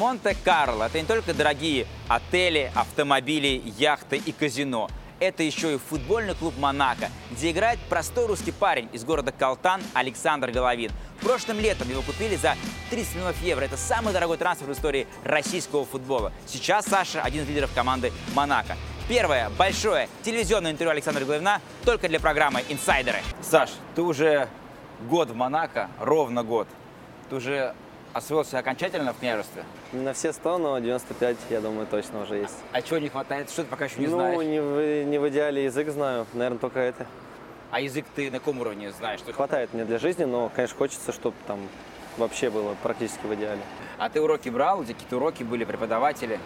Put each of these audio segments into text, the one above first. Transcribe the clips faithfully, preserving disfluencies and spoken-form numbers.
Монте-Карло – это не только дорогие отели, автомобили, яхты и казино. Это еще и футбольный клуб «Монако», где играет простой русский парень из города Калтан Александр Головин. Прошлым летом его купили за тридцать миллионов евро. Это самый дорогой трансфер в истории российского футбола. Сейчас Саша – один из лидеров команды «Монако». Первое большое телевизионное интервью Александра Головина только для программы «Инсайдеры». Саш, ты уже год в Монако, ровно год. Ты уже освоился окончательно в княжестве? Не на все сто, но девяносто пять, я думаю, точно уже есть. А чего не хватает? Что ты пока еще не ну, знаешь? Ну, не в, не в идеале язык знаю, наверное, только это. А язык ты на каком уровне знаешь? Что хватает мне для жизни, но, конечно, хочется, чтобы там вообще было практически в идеале. А ты уроки брал? Где какие-то уроки были, преподаватели?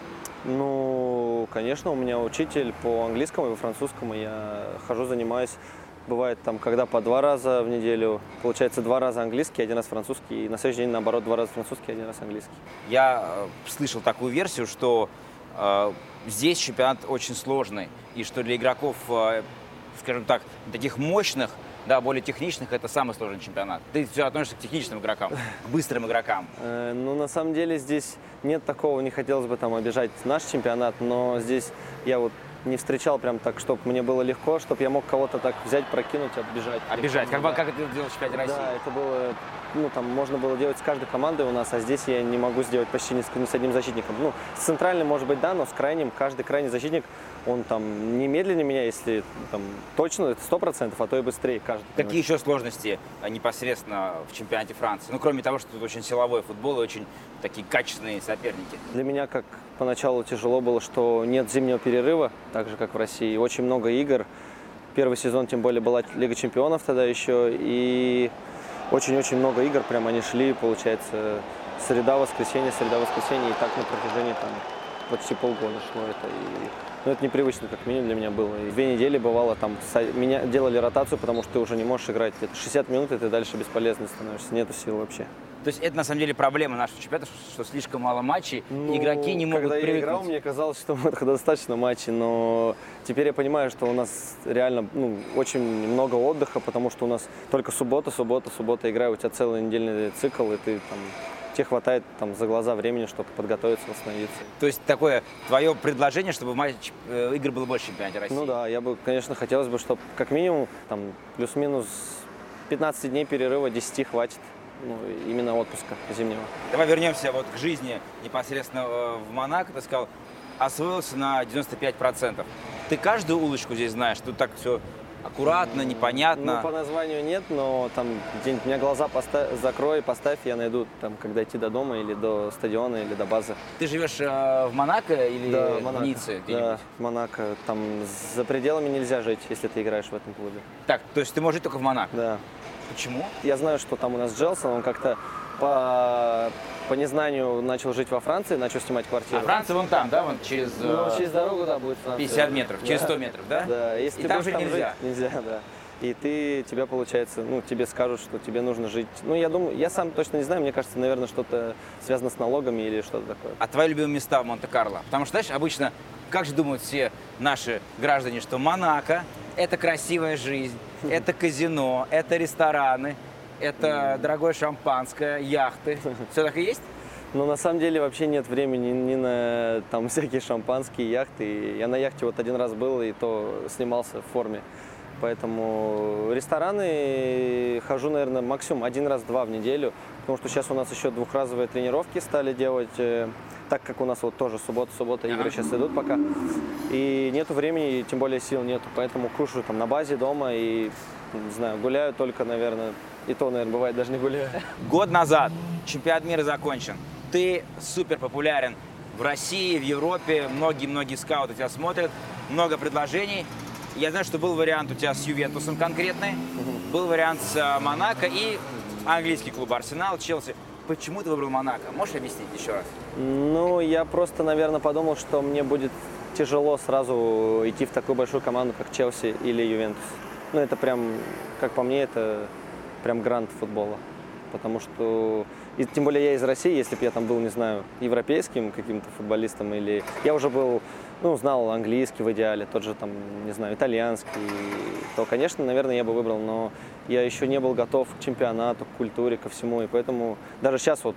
Ну, конечно, у меня учитель по английскому и по французскому. Я хожу, занимаюсь. Бывает там, когда по два раза в неделю. Получается, два раза английский, один раз французский. И на следующий день, наоборот, два раза французский, один раз английский. Я э, слышал такую версию, что э, здесь чемпионат очень сложный. И что для игроков, э, скажем так, таких мощных, да, более техничных, это самый сложный чемпионат. Ты все относишься к техничным игрокам, к быстрым игрокам. Э, ну, на самом деле, здесь нет такого, не хотелось бы там обижать наш чемпионат, но здесь я вот не встречал прям так, чтобы мне было легко, чтобы я мог кого-то так взять, прокинуть, оббежать. Оббежать, как, да. как это делал в чемпионате России? Да, это было, ну, там можно было делать с каждой командой у нас, а здесь я не могу сделать почти ни с, ни с одним защитником. Ну, с центральным, может быть, да, но с крайним, каждый крайний защитник, он там не медленнее меня, если там точно, это сто процентов, а то и быстрее каждый. Какие еще сложности непосредственно в чемпионате Франции? Ну, кроме того, что тут очень силовой футбол и очень такие качественные соперники. Для меня, как поначалу тяжело было, что нет зимнего перерыва, так же, как в России. Очень много игр. Первый сезон, тем более, была Лига чемпионов тогда еще. И очень-очень много игр. Прям они шли, получается, среда, воскресенье, среда, воскресенье. И так на протяжении там почти полгода шло это. И, ну, это непривычно, как минимум, для меня было. И две недели бывало, там, меня делали ротацию, потому что ты уже не можешь играть. Это шестьдесят минут, и ты дальше бесполезный становишься. Нету сил вообще. То есть это на самом деле проблема нашего чемпионата, что слишком мало матчей, ну, игроки не могут когда привыкнуть. Я играл, мне казалось, что достаточно матчей, но теперь я понимаю, что у нас реально ну, очень много отдыха, потому что у нас только суббота, суббота, суббота игра, у тебя целый недельный цикл, и ты там тебе хватает там за глаза времени, чтобы подготовиться, восстановиться. То есть такое твое предложение, чтобы матч, э, игр было больше в чемпионате России? Ну да, я бы, конечно, хотелось бы, чтобы как минимум там плюс-минус пятнадцать дней перерыва, десять хватит. Ну, именно отпуска зимнего. Давай вернемся вот к жизни непосредственно в Монако. Ты сказал, освоился на девяносто пять процентов. Ты каждую улочку здесь знаешь? Тут так все аккуратно, непонятно. Ну, по названию нет, но там где-нибудь меня глаза поставь, закрой, поставь, я найду, там, когда идти до дома или до стадиона, или до базы. Ты живешь э, в Монако или да, в Монако. Ницце? Да, в Монако. Там за пределами нельзя жить, если ты играешь в этом клубе. Так, то есть ты можешь жить только в Монако? Да. Почему? Я знаю, что там у нас Джелсон, он как-то по, по незнанию начал жить во Франции, начал снимать квартиру. А Франция вон там, да, вон через... Ну, через дорогу, да, будет Франция. пятьдесят метров, через сто метров, да? Да, если и ты там будешь жить там нельзя? Жить, нельзя, да. И ты, тебя, получается, ну, тебе скажут, что тебе нужно жить. Ну, я думаю, я сам точно не знаю, мне кажется, наверное, что-то связано с налогами или что-то такое. А твои любимые места в Монте-Карло? Потому что, знаешь, обычно, как же думают все наши граждане, что Монако – это красивая жизнь, это казино, это рестораны, это дорогое шампанское, яхты. Все так и есть? Но на самом деле вообще нет времени ни на там всякие шампанские, яхты. Я на яхте вот один раз был, и то снимался в форме. Поэтому рестораны хожу, наверное, максимум один раз-два в неделю, потому что сейчас у нас еще двухразовые тренировки стали делать, так как у нас вот тоже суббота-суббота игры сейчас идут пока. И нету времени, и тем более сил нету, поэтому кушаю там на базе дома и, не знаю, гуляю только, наверное, и то, наверное, бывает даже не гуляю. Год назад чемпионат мира закончен. Ты супер популярен в России, в Европе, многие-многие скауты тебя смотрят, много предложений. Я знаю, что был вариант у тебя с Ювентусом конкретный, был вариант с Монако и английский клуб Арсенал, Челси. Почему ты выбрал Монако? Можешь объяснить еще раз? Ну, я просто, наверное, подумал, что мне будет тяжело сразу идти в такую большую команду, как Челси или Ювентус. Ну, это прям, как по мне, это прям грант футбола. Потому что, и тем более я из России, если бы я там был, не знаю, европейским каким-то футболистом, или я уже был, ну, знал английский в идеале, тот же там, не знаю, итальянский, то, конечно, наверное, я бы выбрал, но я еще не был готов к чемпионату, к культуре, ко всему, и поэтому даже сейчас вот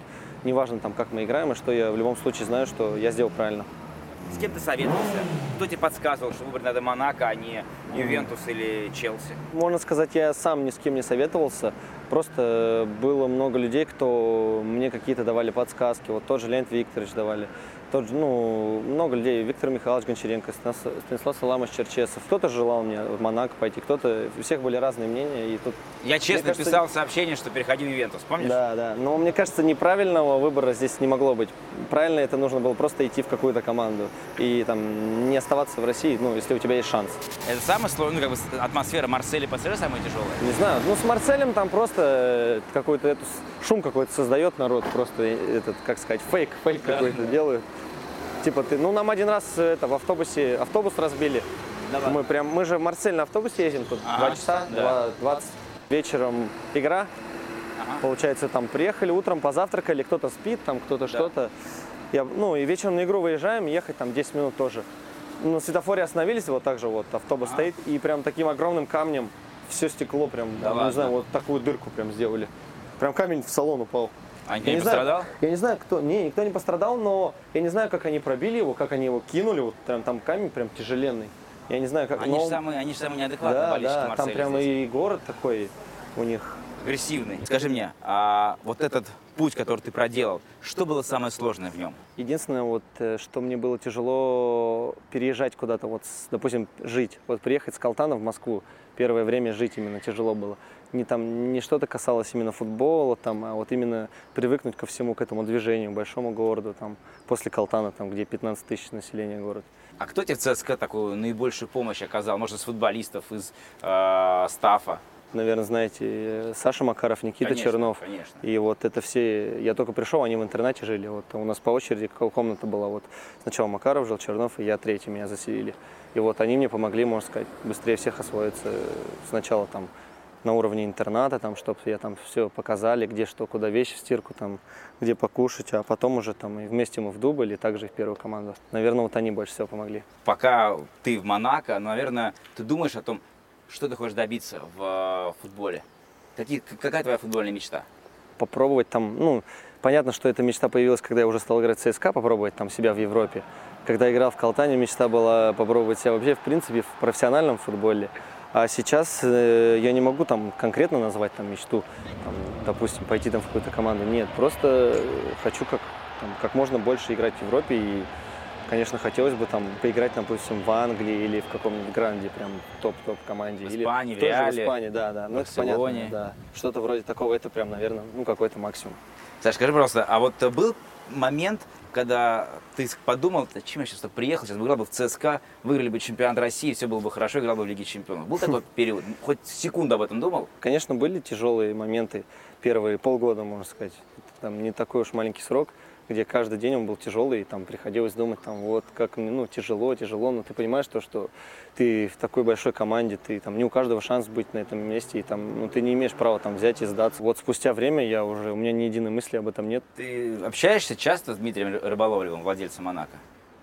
неважно там, как мы играем и что, я в любом случае знаю, что я сделал правильно. С кем ты советовался? Кто тебе подсказывал, что выбрать надо Монако, а не Ювентус или Челси? Можно сказать, я сам ни с кем не советовался. Просто было много людей, кто мне какие-то давали подсказки. Вот тот же Леонид Викторович давали. Тот же, ну, много людей. Виктор Михайлович Гончаренко, Станислав Саламович Черчесов. Кто-то желал мне в Монако пойти, кто-то... У всех были разные мнения. И тут, я честно кажется, писал сообщение, что переходи в Ювентус, помнишь? Да, да. Но мне кажется, неправильного выбора здесь не могло быть. Правильно это нужно было просто идти в какую-то команду. И там не оставаться в России, ну, если у тебя есть шанс. Это самое сложное, ну, как бы атмосфера Марселя по самая тяжелая? Не знаю. Ну, с Марселем там просто какой-то эту, шум какой-то создает народ. Просто этот, как сказать, фейк, фейк да. какой-то делают. Типа ты, ну нам один раз это, в автобусе, автобус разбили. Давай. Мы прям, мы же в Марсель на автобусе ездим, тут ага, два часа, да. двадцать вечером игра. Ага. Получается, там приехали, утром позавтракали, кто-то спит, там кто-то да. что-то. Я, ну и вечером на игру выезжаем, ехать там десять минут тоже. На светофоре остановились, вот так же вот автобус ага. стоит, и прям таким огромным камнем все стекло прям, да, там, не знаю, вот такую дырку прям сделали. Прям камень в салон упал. А никто не пострадал? Знаю, я не знаю, кто. Не, никто не пострадал, но я не знаю, как они пробили его, как они его кинули. Вот прям там камень прям тяжеленный. Я не знаю, как. Они но... же самые, они же самые неадекватные да, болельщики да, Марселя. Там прямо здесь. И город такой у них. Агрессивный. Скажи мне, а вот этот путь, который ты проделал, что было самое сложное в нем? Единственное, вот, что мне было тяжело переезжать куда-то, вот, допустим, жить. Вот приехать с Калтана в Москву, первое время жить именно тяжело было. Не, там, не что-то касалось именно футбола, там, а вот именно привыкнуть ко всему, к этому движению, большому городу, там, после Калтана, там, где пятнадцать тысяч населения город. А кто тебе в ЦСКА такую наибольшую помощь оказал? Может, из футболистов, из э, стафа? Наверное, знаете, Саша Макаров, Никита конечно, Чернов. Конечно. И вот это все... Я только пришел, они в интернате жили. Вот у нас по очереди комната была. Вот сначала Макаров жил, Чернов, и я третий, меня заселили. И вот они мне помогли, можно сказать, быстрее всех освоиться. Сначала там на уровне интерната, там, чтобы я там все показали, где что, куда вещи в стирку, там, где покушать, а потом уже там и вместе мы в дубль, и также и в первую команду. Наверное, вот они больше всего помогли. Пока ты в Монако, наверное, ты думаешь о том, что ты хочешь добиться в футболе? Какие, какая твоя футбольная мечта? Попробовать там, ну, понятно, что эта мечта появилась, когда я уже стал играть в ЦСКА, попробовать там себя в Европе. Когда играл в Калтане, мечта была попробовать себя вообще, в принципе, в профессиональном футболе. А сейчас э, я не могу там конкретно назвать там мечту, там, допустим, пойти там в какую-то команду. Нет, просто хочу как, там, как можно больше играть в Европе. И, конечно, хотелось бы там поиграть, допустим, в Англии или в каком-нибудь гранде, прям топ-топ команде. В Испании, или в Реале, в Испании, да, да. Ну, это понятно, да. Что-то вроде такого, это прям, наверное, ну, какой-то максимум. Саш, скажи, пожалуйста, а вот был момент, когда ты подумал, зачем я сейчас приехал, сейчас бы играл бы в ЦСКА, выиграли бы чемпионат России, все было бы хорошо, играл бы в Лиге чемпионов. Был такой период? Хоть секунду об этом думал? Конечно, были тяжелые моменты, первые полгода, можно сказать. Там не такой уж маленький срок, где каждый день он был тяжелый, и там приходилось думать, там, вот как, ну, тяжело, тяжело, но ты понимаешь то, что ты в такой большой команде, ты там не у каждого шанс быть на этом месте, и там, ну, ты не имеешь права там взять и сдаться. Вот спустя время я уже, у меня ни единой мысли об этом нет. Ты общаешься часто с Дмитрием Рыболовлевым, владельцем Монако?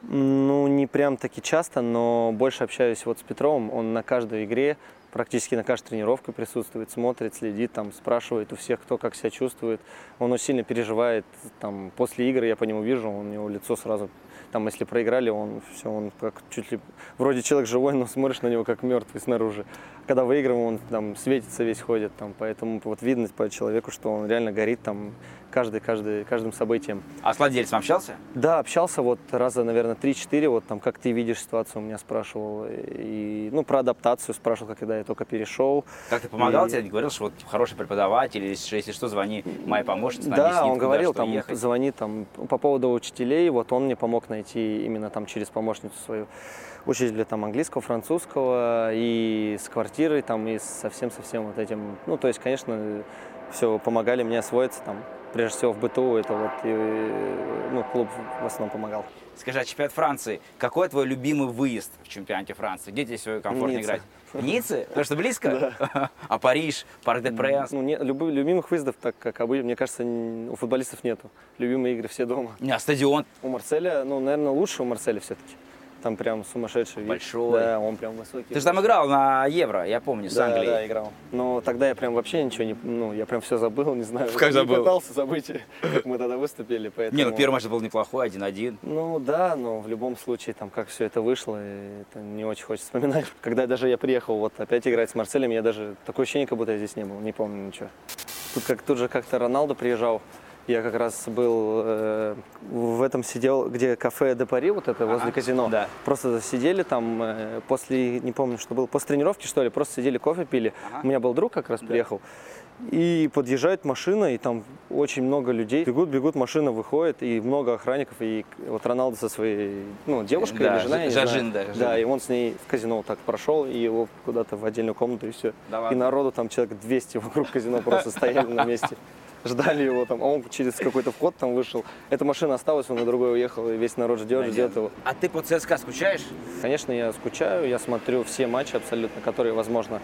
Ну, не прям таки часто, но больше общаюсь вот с Петровым, он на каждой игре, практически на каждой тренировке присутствует, смотрит, следит, там, спрашивает у всех, кто как себя чувствует. Он очень сильно переживает. Там, после игры я по нему вижу, у него лицо сразу, там, если проиграли, он все, он как чуть ли, вроде человек живой, но смотришь на него как мертвый снаружи. Когда выигрываем, он там светится весь, ходит, там, поэтому вот видно по человеку, что он реально горит там каждый, каждый, каждым событием. А с владельцем общался? Да, общался вот раза, наверное, три-четыре, вот там, как ты видишь ситуацию, у меня спрашивал, и, ну, про адаптацию спрашивал, когда я только перешел. Как ты помогал и... тебе? Говорил, что вот хороший преподаватель, или если что, звони моей помощнице, да, он куда, говорил, там, ехать. звони там по поводу учителей, вот он мне помог найти именно там через помощницу свою учителя там английского, французского, и с квартирой, там, и совсем-совсем вот этим, ну, то есть, конечно, все помогали мне освоиться там. Прежде всего в быту, это вот, и, ну, клуб в основном помогал. Скажи, а чемпионат Франции, какой твой любимый выезд в чемпионате Франции? Где тебе комфортно Ницца. играть? В Ницце? Потому что близко? Да. А Париж, Парк-де-Пренс? Ну, не, любых, любимых выездов, так как обычно, мне кажется, у футболистов нету. Любимые игры все дома. А стадион? У Марселя, ну, наверное, лучше у Марселя все-таки. Там прям сумасшедший вид. Большой. Да, он прям высокий. Ты же там играл на Евро, я помню, с Да, Англией. да, играл. Но тогда я прям вообще ничего не... Ну, я прям все забыл, не знаю. Как забыл? Не пытался забыть, как мы тогда выступили, поэтому... Не, ну первый матч был неплохой, один-один. Ну да, но в любом случае, там, как все это вышло, это не очень хочется вспоминать. Когда даже я приехал вот опять играть с Марселем, я даже... Такое ощущение, как будто я здесь не был, не помню ничего. Тут, как, тут же как-то Роналдо приезжал. Я как раз был э, в этом сидел, где кафе Де Пари, вот это, возле ага, казино. да. Просто сидели там, э, после, не помню, что было, после тренировки, что ли, просто сидели, кофе пили. Ага. У меня был друг как раз Да. приехал. И подъезжает машина, и там очень много людей. Бегут, бегут, машина выходит, и много охранников. И вот Роналдо со своей, ну, девушкой Да, или женой, я не Жажин, знаю. да, Жажин. Да, и он с ней в казино вот так прошел, и его куда-то в отдельную комнату, и все. Да И ладно? народу там человек двести вокруг казино просто стояли на месте. Ждали его там, а он через какой-то вход там вышел. Эта машина осталась, он на другой уехал, и весь народ ждет, ждет его. А ты по ЦСКА скучаешь? Конечно, я скучаю, я смотрю все матчи абсолютно, которые возможно.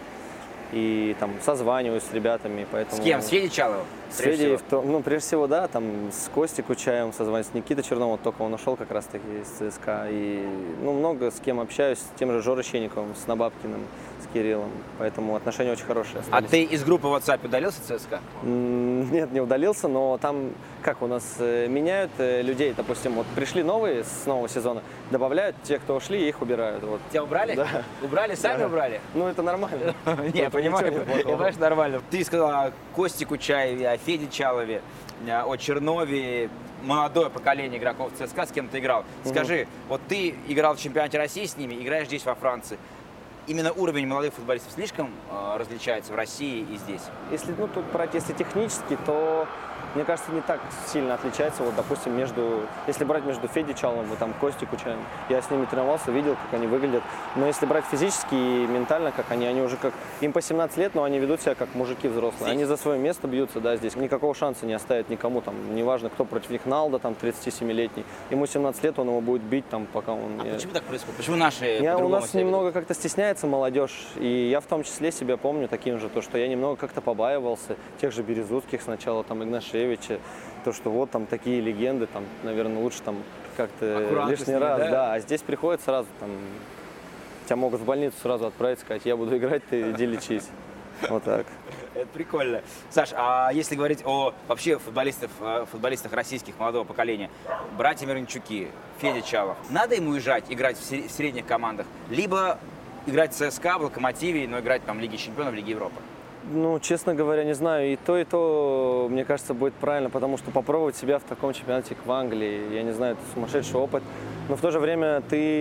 И там созваниваюсь с ребятами, поэтому... С кем? С Федей Чаловым? С прежде Федей, всего? в том- ну, прежде всего, да, там с Костей Кучаевым созваниваюсь, с Никитой Черновым, вот только он ушел как раз-таки из ЦСКА. И, ну, много с кем общаюсь, с тем же Жорой Щенниковым, с Набабкиным, с Кириллом, поэтому отношения очень хорошие А остались. ты из группы WhatsApp удалился ЦСКА? М, Нет, не удалился, но там, как у нас э, меняют э, людей, допустим, вот пришли новые с нового сезона, добавляют, те, кто ушли, их убирают. Вот. Тебя убрали? Да. Убрали? Сами Да. убрали? Ну, это нормально. Не, Это понимаю, ничего нет плохого. я, понимаешь, нормально. Ты сказал о Косте Кучаеве, о Феде Чалове, о Чернове, молодое поколение игроков ЦСКА, с кем ты играл. Скажи, вот ты играл в чемпионате России с ними, играешь здесь, во Франции. Именно уровень молодых футболистов слишком э, различается в России и здесь? Если, ну, тут брать, если технически, то, мне кажется, не так сильно отличается, вот, допустим, между, если брать между Федей Чаловым и там Костей Кучаевым, я с ними тренировался, видел, как они выглядят, но если брать физически и ментально, как они, они уже как, им по семнадцать лет, но они ведут себя как мужики взрослые, они за свое место бьются, да, здесь, никакого шанса не оставят никому, там, неважно, кто против них, Налдо, там, тридцатисемилетний, ему семнадцать лет, он его будет бить, там, пока он... А не- почему так происходит? Почему наши Я, у по-другому нас себя ведут? немного как-то стесняется молодежь, и я в том числе себя помню таким же, то, что я немного как-то побаивался тех же Березутских сначала, там, Игнашевича, то, что вот там такие легенды, там, наверное, лучше там как-то Аккуратно с лишний ними, раз, да? да? А здесь приходит сразу, там, тебя могут в больницу сразу отправить, сказать, я буду играть, ты иди лечись. Вот так. Это прикольно. Саш, а если говорить о вообще футболистах, э, футболистах российских молодого поколения, братья Мирончуки, Федя Чалов, надо ему уезжать, играть в сре- в средних командах, либо играть в ЦСКА, в Локомотиве, но играть там в Лиге Чемпионов, в Лиге Европы? Ну, честно говоря, не знаю. И то, и то, мне кажется, будет правильно, потому что попробовать себя в таком чемпионате, как в Англии, я не знаю, это сумасшедший опыт. Но в то же время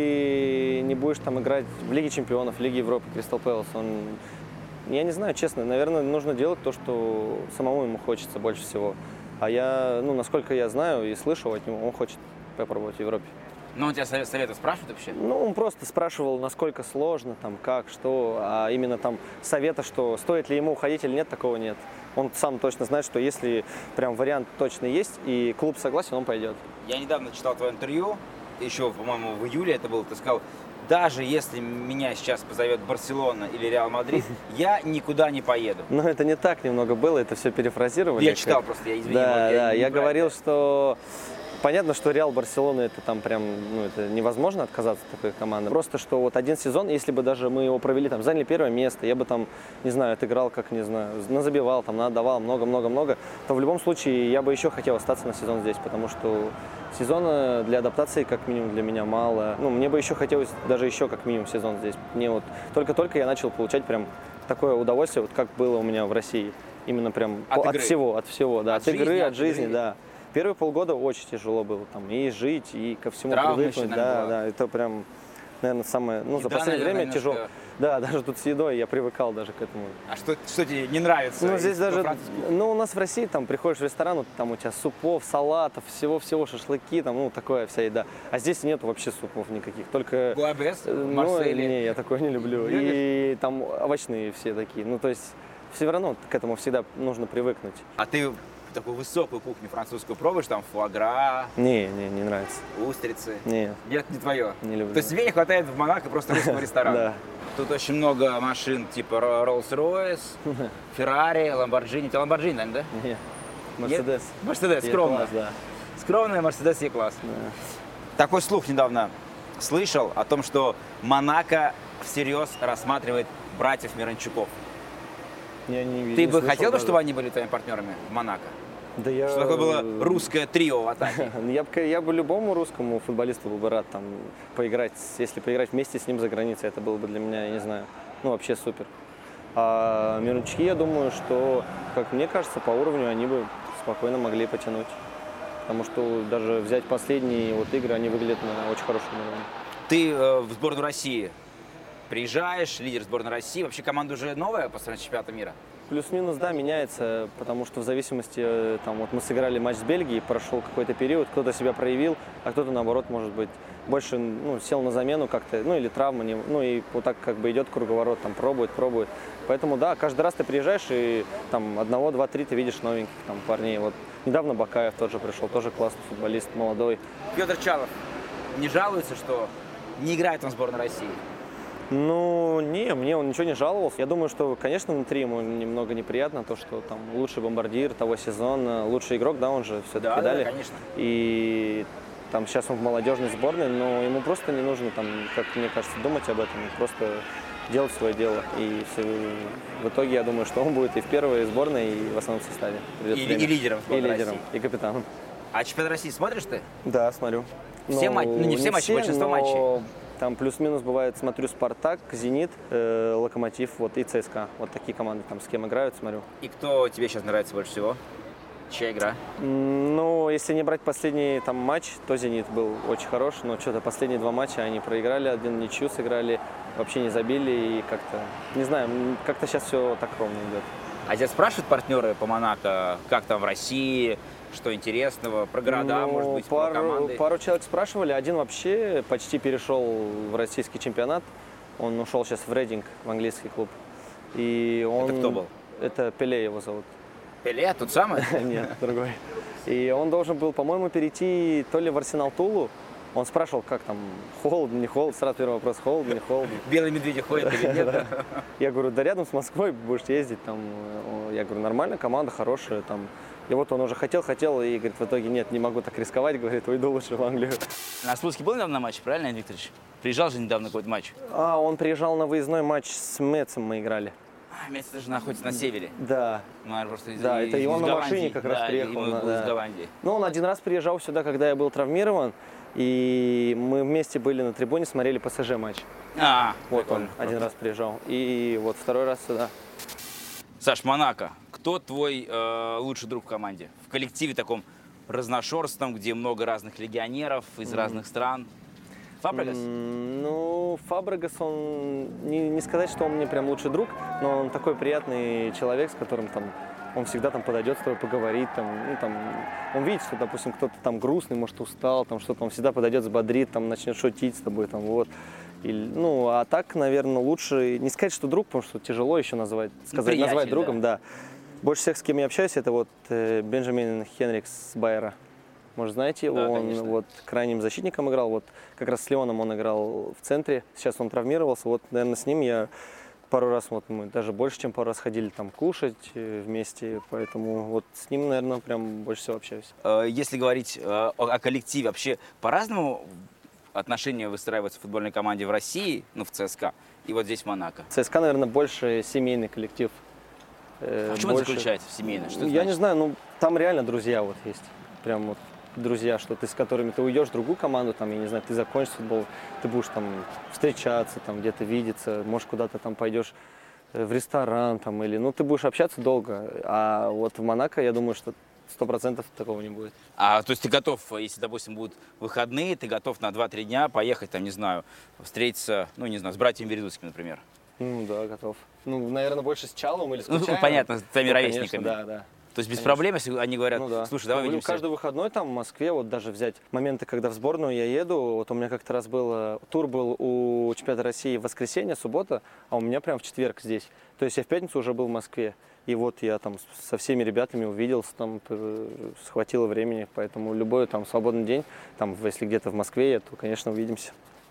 ты не будешь там играть в Лиге Чемпионов, в Лиге Европы, Кристал Пэлас. Он... Я не знаю, честно, наверное, нужно делать то, что самому ему хочется больше всего. А я, ну, насколько я знаю и слышал от него, он хочет попробовать в Европе. Ну, он тебя совет, советы спрашивают вообще? Ну, он просто спрашивал, насколько сложно, там, как, что, а именно там совета, что стоит ли ему уходить или нет, такого нет. Он сам точно знает, что если прям вариант точно есть, и клуб согласен, он пойдет. Я недавно читал твое интервью, еще, по-моему, в июле это было, ты сказал, даже если меня сейчас позовет Барселона или Реал Мадрид, я никуда не поеду. Но это не так немного было, это все перефразировали. Я читал просто, я извини. Да, вот да, не я про говорил, это. что понятно, что Реал, Барселона, это там прям, ну, это невозможно отказаться от такой команды. Просто, что вот один сезон, если бы даже мы его провели, там, заняли первое место, я бы там, не знаю, отыграл, как, не знаю, назабивал, там, отдавал много-много-много, то в любом случае я бы еще хотел остаться на сезон здесь, потому что сезона для адаптации, как минимум, для меня мало. Ну, мне бы еще хотелось даже еще как минимум сезон здесь. Мне вот только-только я начал получать прям такое удовольствие, вот как было у меня в России. Именно прям От по- от игры. всего, от всего, да, От от, игры, жизни, от от жизни, игры. да. Первые полгода очень тяжело было там и жить, и ко всему Травма еще, привыкнуть. наверное, Да, была. да, это прям, наверное, самое, ну, за Еда, последнее наверное, время тяжело. немножко- Да, даже тут с едой я привыкал даже к этому. А что, что тебе не нравится? Ну, здесь из- даже, по-французски? ну, у нас в России, там, приходишь в ресторан, вот, там у тебя супов, салатов, всего-всего, шашлыки, там, ну, такое вся еда. А здесь нет вообще супов никаких, только... Буабес, э, в Ну, Марселе. не, я такое не люблю. Не И там овощные все такие, ну, то есть все равно к этому всегда нужно привыкнуть. А ты такую высокую кухню французскую пробуешь, там фуагра, Не, не, не нравится. устрицы? Не, Нет, не твое. не люблю. То есть тебе не хватает в Монако просто русского ресторана? Да. Тут очень много машин типа Rolls-Royce, Ferrari, Lamborghini. Ты Lamborghini, наверное, да? Не, Мерседес. Мерседес, скромно. Е-класс, да. Скромная Мерседес Е-класс. Да. Такой слух недавно слышал о том, что Монако всерьез рассматривает братьев Миранчуков. Я не, Ты не бы слышал хотел, бы, даже. чтобы они были твоими партнерами в Монако? Да я... Что такое было русское трио в атаке? Я бы, я бы любому русскому футболисту был бы рад там поиграть, если поиграть вместе с ним за границей, это было бы для меня, я не знаю, ну вообще супер. А Миранчуки, я думаю, что, как мне кажется, по уровню они бы спокойно могли потянуть. Потому что даже взять последние вот игры, они выглядят на очень хорошем уровне. Ты э, в сборную России приезжаешь, лидер сборной России. Вообще команда уже новая по сравнению с чемпионатом мира? Плюс-минус, да, меняется, потому что в зависимости, там, вот мы сыграли матч с Бельгией, прошел какой-то период, кто-то себя проявил, а кто-то, наоборот, может быть, больше, ну, сел на замену как-то, ну, или травма, не, ну, и вот так как бы идет круговорот, там, пробует, пробует. Поэтому, да, каждый раз ты приезжаешь, и там одного, два, три ты видишь новеньких там парней. Вот недавно Бакаев тоже пришел, тоже классный футболист, молодой. Петр Чалов не жалуется, что не играет он в сборной России? Ну, не, мне он ничего не жаловался. Я думаю, что, конечно, внутри ему немного неприятно то, что там лучший бомбардир того сезона, лучший игрок, да, он же все-таки Да, дали. да, конечно. И там сейчас он в молодежной сборной, но ему просто не нужно, там, как мне кажется, думать об этом, просто делать свое дело. И все, в итоге я думаю, что он будет и в первой сборной, и в основном составе. И, и лидером сборной И лидером, России. и капитаном. А чемпионат России смотришь ты? Да, смотрю. Все матчи? Ну, не все матчи, большинство матчей. Там плюс-минус бывает, смотрю «Спартак», «Зенит», э, «Локомотив» вот, и «ЦСКА». Вот такие команды, там с кем играют, смотрю. И кто тебе сейчас нравится больше всего? Чья игра? Ну, если не брать последний там матч, то «Зенит» был очень хорош, но что-то последние два матча они проиграли, один ничью сыграли, вообще не забили и как-то, не знаю, как-то сейчас все так ровно идет. А тебя спрашивают партнеры по Монако, как там в России, что интересного, про города, ну, может быть, пару, про команды? Пару человек спрашивали, один вообще почти перешел в российский чемпионат, он ушел сейчас в Рейдинг, в английский клуб. И он... Это кто был? Это Пеле его зовут. Пеле, тот самый? Нет, другой. И он должен был, по-моему, перейти то ли в Арсенал Тулу. Он спрашивал, как там, холодно, не холодно. Сразу первый вопрос, холодно, не холодно. Белые медведи ходят или нет? Я говорю, да рядом с Москвой будешь ездить. Там. Я говорю, нормально, команда хорошая. Там. И вот он уже хотел, хотел, и говорит, в итоге нет, не могу так рисковать, говорит, уйду лучше в Англию. А Слуцкий был недавно на матче, правильно, Леонид Викторович? Приезжал же недавно на какой-то матч. А, он приезжал на выездной матч с Мецем, мы играли. А, Мец даже находится на севере. Да. Ну, просто из, Да, из, это и он из на машине как раз да, приехал. И мы на, был да. из Голландии. Ну, он один раз приезжал сюда, когда я был травмирован, и мы вместе были на трибуне, смотрели ПСЖ матч. А, Вот прикольно. он один раз приезжал, и вот второй раз сюда. Саш, Монако, кто твой э, лучший друг в команде? В коллективе таком разношерстном, где много разных легионеров из mm-hmm. разных стран. Фабрегас? Mm, ну, Фабрегас, он, не, не сказать, что он мне прям лучший друг, но он такой приятный человек, с которым там он всегда там подойдет с тобой поговорить, там, ну, там, он видит, что, допустим, кто-то там грустный, может, устал, там что-то, он всегда подойдет, взбодрит, там, начнет шутить с тобой, там, вот. И, ну, а так, наверное, лучше не сказать, что друг, потому что тяжело еще назвать, сказать, ну, назвать другом, да. да. Больше всех, с кем я общаюсь, это вот э, Бенджамин Хенрикс с Байера. Может, знаете его, да, он конечно. вот крайним защитником играл, вот как раз с Леоном он играл в центре, сейчас он травмировался, вот, наверное, с ним я пару раз, вот мы даже больше, чем пару раз ходили там кушать вместе, поэтому вот с ним, наверное, прям больше всего общаюсь. Если говорить о, о коллективе, вообще по-разному отношения выстраиваются в футбольной команде в России, ну, в ЦСКА, и вот здесь в Монако? ЦСКА, наверное, больше семейный коллектив. А в чем больше... это заключается, в семейном? Что Я значит? не знаю, ну, там реально друзья вот есть, прям вот. Друзья, что ты с которыми ты уйдешь в другую команду, там, я не знаю, ты закончишь футбол, ты будешь там встречаться, там где-то видеться, может куда-то там пойдешь в ресторан, там, или, ну, ты будешь общаться долго, а вот в Монако, я думаю, что сто процентов такого не будет. А, то есть ты готов, если, допустим, будут выходные, ты готов на два-три дня поехать, там, не знаю, встретиться, ну, не знаю, с братьями Березутскими, например? Ну, да, готов. Ну, наверное, больше с Чаловым или с Кучаевым. Ну, понятно, с твоими ну, ровесниками. Конечно, да, да. То есть без Конечно. проблем, если они говорят, ну, да. слушай, давай ну, увидимся. Каждый выходной там в Москве, вот даже взять моменты, когда в сборную я еду, вот у меня как-то раз был, тур был у чемпионата России в воскресенье, суббота, а у меня прям в четверг здесь. То есть я в пятницу уже был в Москве. И вот я там со всеми ребятами увиделся, там схватило времени, поэтому любой там свободный день, там, если где-то в Москве, то, конечно, увидимся.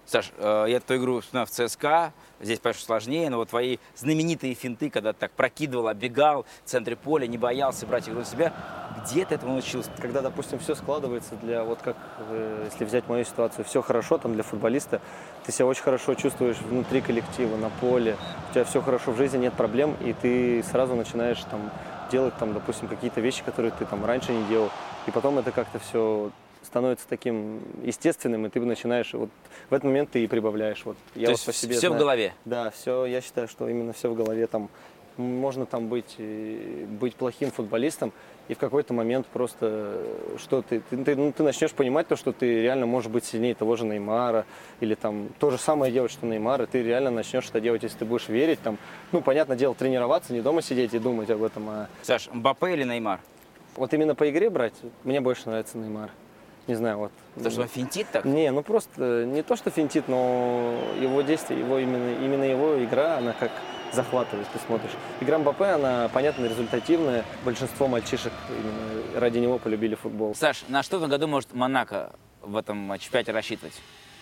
Саш, э, я твою игру вспоминаю в ЦСКА, здесь, конечно, сложнее, но вот твои знаменитые финты, когда ты так прокидывал, оббегал в центре поля, не боялся брать игру на себя, где ты этому научился? Когда, допустим, все складывается для, вот как, э, если взять мою ситуацию, все хорошо там для футболиста, ты себя очень хорошо чувствуешь внутри коллектива, на поле, у тебя все хорошо в жизни, нет проблем, и ты сразу начинаешь там делать, там, допустим, какие-то вещи, которые ты там раньше не делал, и потом это как-то все становится таким естественным, и ты начинаешь, вот в этот момент ты и прибавляешь. Вот, я То вот есть по себе все знаю. в голове? Да, все, я считаю, что именно все в голове. Там, можно там быть, быть плохим футболистом, и в какой-то момент просто, что ты, ты, ты, ну, ты начнешь понимать то, что ты реально можешь быть сильнее того же Неймара, или там то же самое делать, что Неймар, и ты реально начнешь это делать, если ты будешь верить. Там, ну, понятное дело, тренироваться, не дома сидеть и думать об этом. А... Саш, Мбаппе или Неймар? Вот именно по игре брать, мне больше нравится Неймар. Не знаю, вот. Потому что он финтит так? Не, ну просто не то, что финтит, но его действие, его именно, именно его игра, она как захватывает, ты смотришь. Игра Мбаппе, она, понятно, результативная. Большинство мальчишек именно ради него полюбили футбол. Саш, на что в этом году может Монако в этом чемпионате рассчитывать?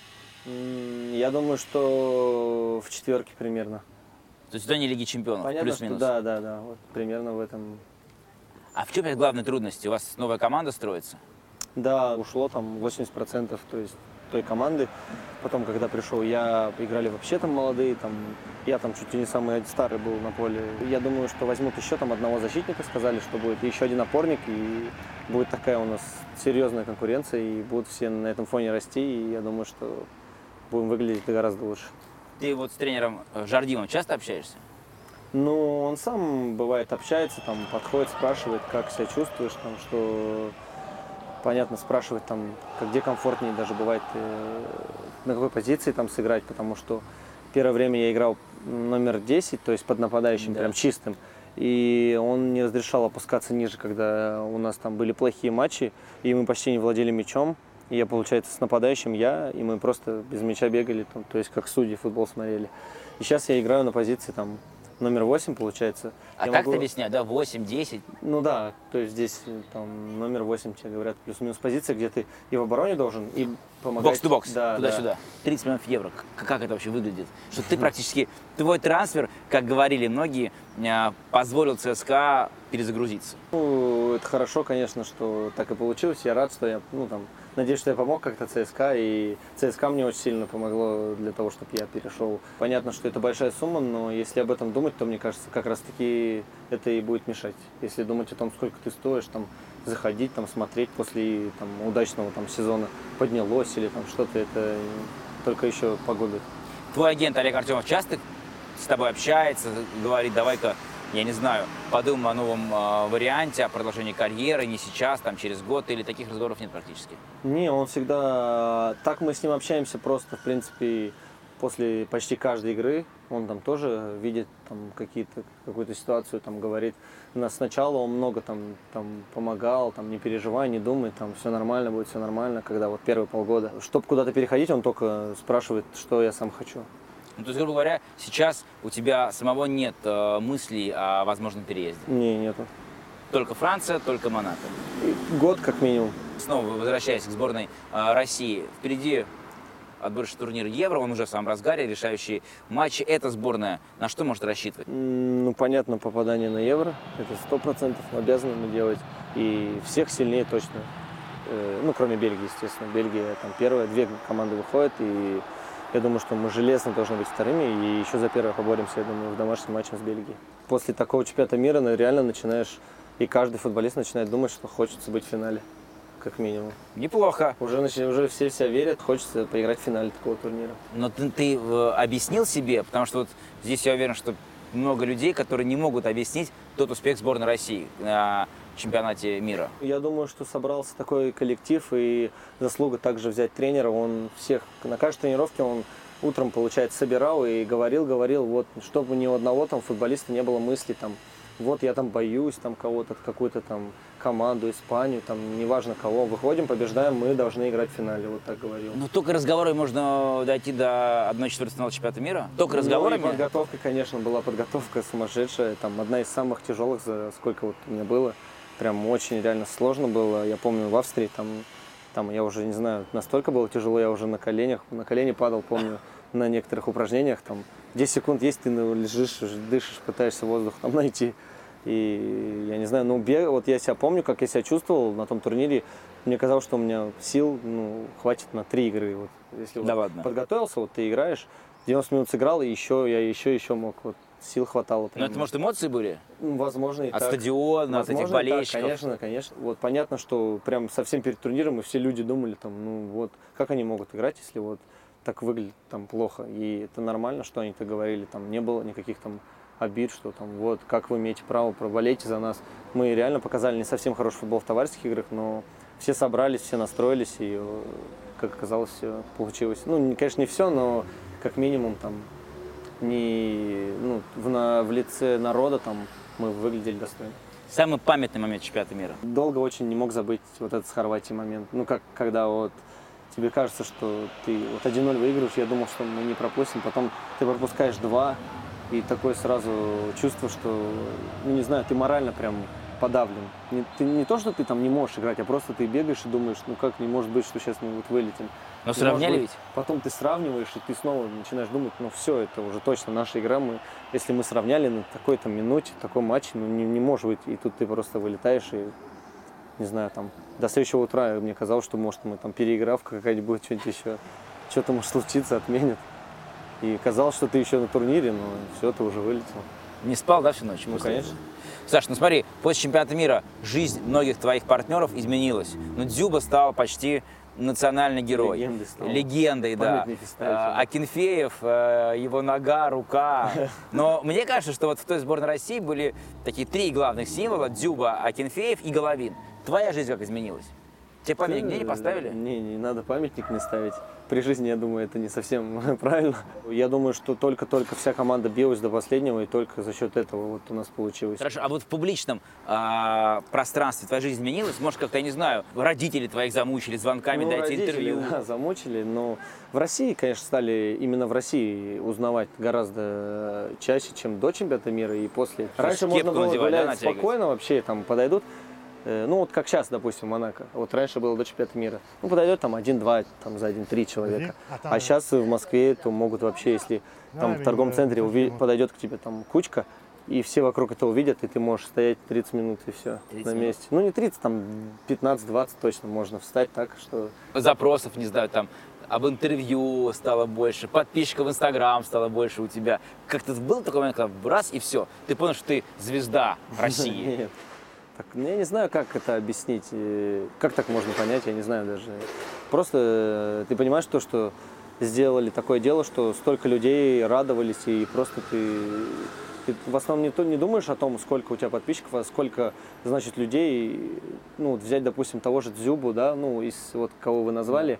Я думаю, что в четверке примерно. То есть в зоне Лиги Чемпионов, Понятно, плюс-минус? что да, да, да, вот примерно в этом. А в чем главные трудности? У вас новая команда строится? Да, ушло там восемьдесят процентов, то есть той команды. Потом, когда пришел я, играли вообще там молодые, там, я там чуть ли не самый старый был на поле. Я думаю, что возьмут еще там одного защитника, сказали, что будет еще один опорник, и будет такая у нас серьезная конкуренция, и будут все на этом фоне расти, и я думаю, что будем выглядеть гораздо лучше. Ты вот с тренером Жардимом часто общаешься? Ну, он сам, бывает, общается, там, подходит, спрашивает, как себя чувствуешь, там, что... Понятно, спрашивать там, где комфортнее даже бывает, э, на какой позиции там сыграть, потому что первое время я играл номер десять, то есть под нападающим, да. Прям чистым. И он не разрешал опускаться ниже, когда у нас там были плохие матчи, и мы почти не владели мячом. И я, получается, с нападающим я, и мы просто без мяча бегали, там, то есть как судьи футбол смотрели. И сейчас я играю на позиции там номер восемь, получается. А я как могу... ты объясняешь, да, восемь, десять? Ну да, то есть здесь там номер восемь тебе говорят, плюс-минус позиция, где ты и в обороне должен, и помогать. Бокс-то-бокс, да, туда-сюда. Да. тридцать миллионов евро, как это вообще выглядит? Что ты практически, твой трансфер, как говорили многие, позволил ЦСКА перезагрузиться. Ну, это хорошо, конечно, что так и получилось. Я рад, что я, ну там, надеюсь, что я помог как-то ЦСКА, и ЦСКА мне очень сильно помогло для того, чтобы я перешел. Понятно, что это большая сумма, но если об этом думать, то, мне кажется, как раз-таки это и будет мешать. Если думать о том, сколько ты стоишь, там, заходить, там, смотреть после там, удачного там, сезона, поднялось или там что-то, это только еще погода. Твой агент Олег Артемов часто с тобой общается, говорит, давай-ка, я не знаю, подумаем о новом э, варианте, о продолжении карьеры, не сейчас, там, через год, или таких разговоров нет практически? Не, он всегда... Так мы с ним общаемся просто, в принципе, после почти каждой игры. Он там тоже видит там, какие-то, какую-то ситуацию, там, говорит. Нас сначала он много там, там, помогал, там, не переживай, не думай, там, все нормально будет, все нормально, когда вот первые полгода. Чтобы куда-то переходить, он только спрашивает, что я сам хочу. Ну, то есть, грубо говоря, сейчас у тебя самого нет э, мыслей о возможном переезде? Не, нету. Только Франция, только Монако? И год как минимум. Снова возвращаясь к сборной э, России, впереди отборочный турнир Евро, он уже в самом разгаре, решающие матчи. Эта сборная на что может рассчитывать? Ну, понятно, попадание на Евро, это сто процентов обязаны мы делать. И всех сильнее точно. Э, ну, кроме Бельгии, естественно. Бельгия там первая, две команды выходят, и я думаю, что мы железно должны быть вторыми, и еще за первое поборемся, я думаю, в домашнем матче с Бельгией. После такого чемпионата мира ну, реально начинаешь, и каждый футболист начинает думать, что хочется быть в финале, как минимум. Неплохо. Уже, уже все в себя верят, хочется поиграть в финале такого турнира. Но ты, ты э, объяснил себе, потому что вот здесь я уверен, что много людей, которые не могут объяснить тот успех сборной России на чемпионате мира. Я думаю, что собрался такой коллектив, и заслуга также взять тренера. Он всех, на каждой тренировке он утром, получается, собирал и говорил, говорил, вот, чтобы ни у одного там футболиста не было мысли, там, вот я там боюсь там кого-то, какую-то там команду, Испанию, там, неважно кого, выходим, побеждаем, мы должны играть в финале, вот так говорил. Ну, только разговорами можно дойти до одной четвертой финала чемпионата мира? Только разговорами? Ну, и подготовка, конечно, была подготовка сумасшедшая, там, одна из самых тяжелых, за сколько вот у меня было. Прям очень реально сложно было. Я помню, в Австрии там Там, я уже не знаю, настолько было тяжело, я уже на коленях, на колени падал, помню, на некоторых упражнениях. Там десять секунд есть, ты лежишь, дышишь, пытаешься воздух там найти. И я не знаю, ну, бег, вот я себя помню, как я себя чувствовал на том турнире. Мне казалось, что у меня сил, ну, хватит на три игры. Вот, если да вот ладно. Подготовился, вот ты играешь, девяносто минут сыграл, и еще я еще, еще мог, вот, сил хватало. Но это, может, эмоции были? Ну, возможно, и от так. стадиона, от этих болельщиков? Так, конечно, конечно. Вот понятно, что прям совсем перед турниром и все люди думали, там, ну, вот, как они могут играть, если вот так выглядит там плохо. И это нормально, что они-то говорили, там, не было никаких там обид, что там, вот, как вы имеете право, болейте за нас. Мы реально показали не совсем хороший футбол в товарищеских играх, но все собрались, все настроились, и, как оказалось, все получилось. Ну, конечно, не все, но как минимум там не, ну, в, на, в лице народа там мы выглядели достойно. Самый памятный момент чемпионата мира? Долго очень не мог забыть вот этот с Хорватией момент. Ну, как, когда вот тебе кажется, что ты вот один ноль выигрываешь, я думал, что мы не пропустим, потом ты пропускаешь два, и такое сразу чувство, что, ну, не знаю, ты морально прям подавлен. Не, ты, не то, что ты там не можешь играть, а просто ты бегаешь и думаешь, ну как не может быть, что сейчас мы вот вылетим. Но сравняли ведь? Потом ты сравниваешь, и ты снова начинаешь думать, ну все, это уже точно наша игра. Мы, если мы сравняли на такой-то минуте, такой матч, ну не, не может быть. И тут ты просто вылетаешь, и, не знаю, там, до следующего утра мне казалось, что, может, мы там переигравка какая-нибудь будет, что-нибудь еще, что-то может случиться, отменят. И казалось, что ты еще на турнире, но все, ты уже вылетел. Не спал, да, всю ночь? Ну, конечно. Саш, ну смотри, после чемпионата мира жизнь многих твоих партнеров изменилась. Ну, Дзюба стал почти национальный герой. Легендой стал. Легендой, да. А, Акинфеев, его нога, рука. Но мне кажется, что вот в той сборной России были такие три главных символа: Дзюба, Акинфеев и Головин. Твоя жизнь как изменилась? Тебе памятник нигде не поставили? Не, не надо памятник не ставить. При жизни, я думаю, это не совсем правильно. Я думаю, что только-только вся команда билась до последнего, и только за счет этого вот у нас получилось. Хорошо, а вот в публичном а, пространстве твоя жизнь изменилась? Может, как-то, я не знаю, родители твоих замучили звонками, ну, дайте родители, интервью? Да, замучили, но в России, конечно, стали именно в России узнавать гораздо чаще, чем до чемпионата мира и после. Раньше можно было надевать, гулять да, спокойно, вообще там подойдут. Ну, вот как сейчас, допустим, Монако. Вот раньше было до чемпионата мира. Ну, подойдет там один-два, там за один-три человека. А сейчас в Москве то могут вообще, если там в торговом центре уви- подойдет к тебе там кучка, и все вокруг это увидят, и ты можешь стоять тридцать минут, и все, на месте. Ну, не тридцать, там пятнадцать-двадцать точно можно встать так, что... Запросов, не знаю, там, об интервью стало больше, подписчиков в Инстаграм стало больше у тебя. Как-то был такой момент, когда раз, и все. Ты понял, что ты звезда России. Нет. Так, я не знаю, как это объяснить, как так можно понять, я не знаю даже. Просто ты понимаешь то, что сделали такое дело, что столько людей радовались, и просто ты, ты в основном не, то, не думаешь о том, сколько у тебя подписчиков, а сколько, значит, людей, ну, взять, допустим, того же Дзюбу, да, ну, из вот кого вы назвали,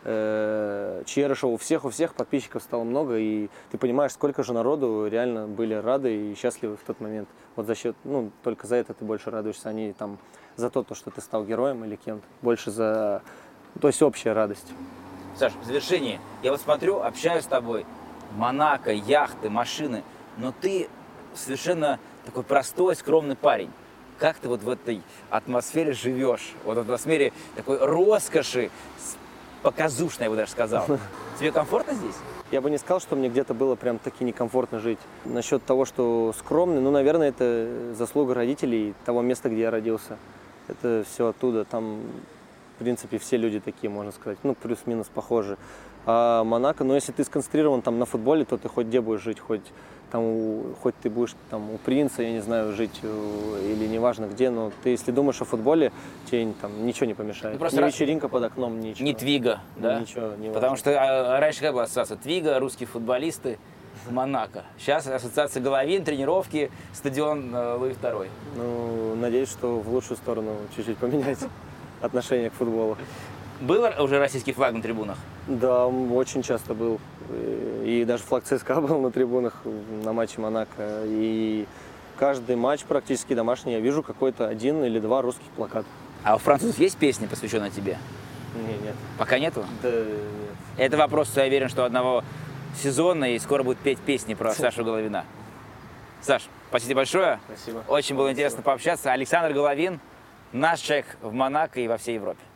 э, Черышева, у всех, у всех подписчиков стало много, и ты понимаешь, сколько же народу реально были рады и счастливы в тот момент. Вот за счет, ну, только за это ты больше радуешься, а не там за то, что ты стал героем или кем-то. Больше за, то есть общая радость. Саш, в завершении, я вот смотрю, общаюсь с тобой, Монако, яхты, машины, но ты совершенно такой простой, скромный парень. Как ты вот в этой атмосфере живешь? Вот в атмосфере такой роскоши, показушной, я бы даже сказал. Тебе комфортно здесь? Я бы не сказал, что мне где-то было прям таки некомфортно жить. Насчет того, что скромный, ну, наверное, это заслуга родителей, того места, где я родился. Это все оттуда. Там, в принципе, все люди такие, можно сказать, ну, плюс-минус похожи. А Монако, ну, если ты сконцентрирован там на футболе, то ты хоть где будешь жить, хоть там, у, хоть ты будешь там у принца, я не знаю, жить или неважно где, но ты, если думаешь о футболе, тебе там ничего не помешает. Ну, ни раз... вечеринка под окном, ничего. Не Твига, да? Ничего, не Потому что а, раньше как была ассоциация? Твига, русские футболисты, Монако. Сейчас ассоциация Головин, тренировки, стадион э, Луи второй. Ну, надеюсь, что в лучшую сторону чуть-чуть поменять отношение к футболу. Был уже российский флаг на трибунах? Да, очень часто был. И даже флаг ЦСКА был на трибунах на матче Монако. И каждый матч практически домашний я вижу какой-то один или два русских плаката. А у французов есть песни, посвященные тебе? Не, нет. Пока нету? Да, нет. Это вопрос, я уверен, что одного сезона, и скоро будет петь песни про Сашу Головина. Саш, спасибо большое. Спасибо. Очень было Спасибо. Интересно пообщаться. Александр Головин, наш человек в Монако и во всей Европе.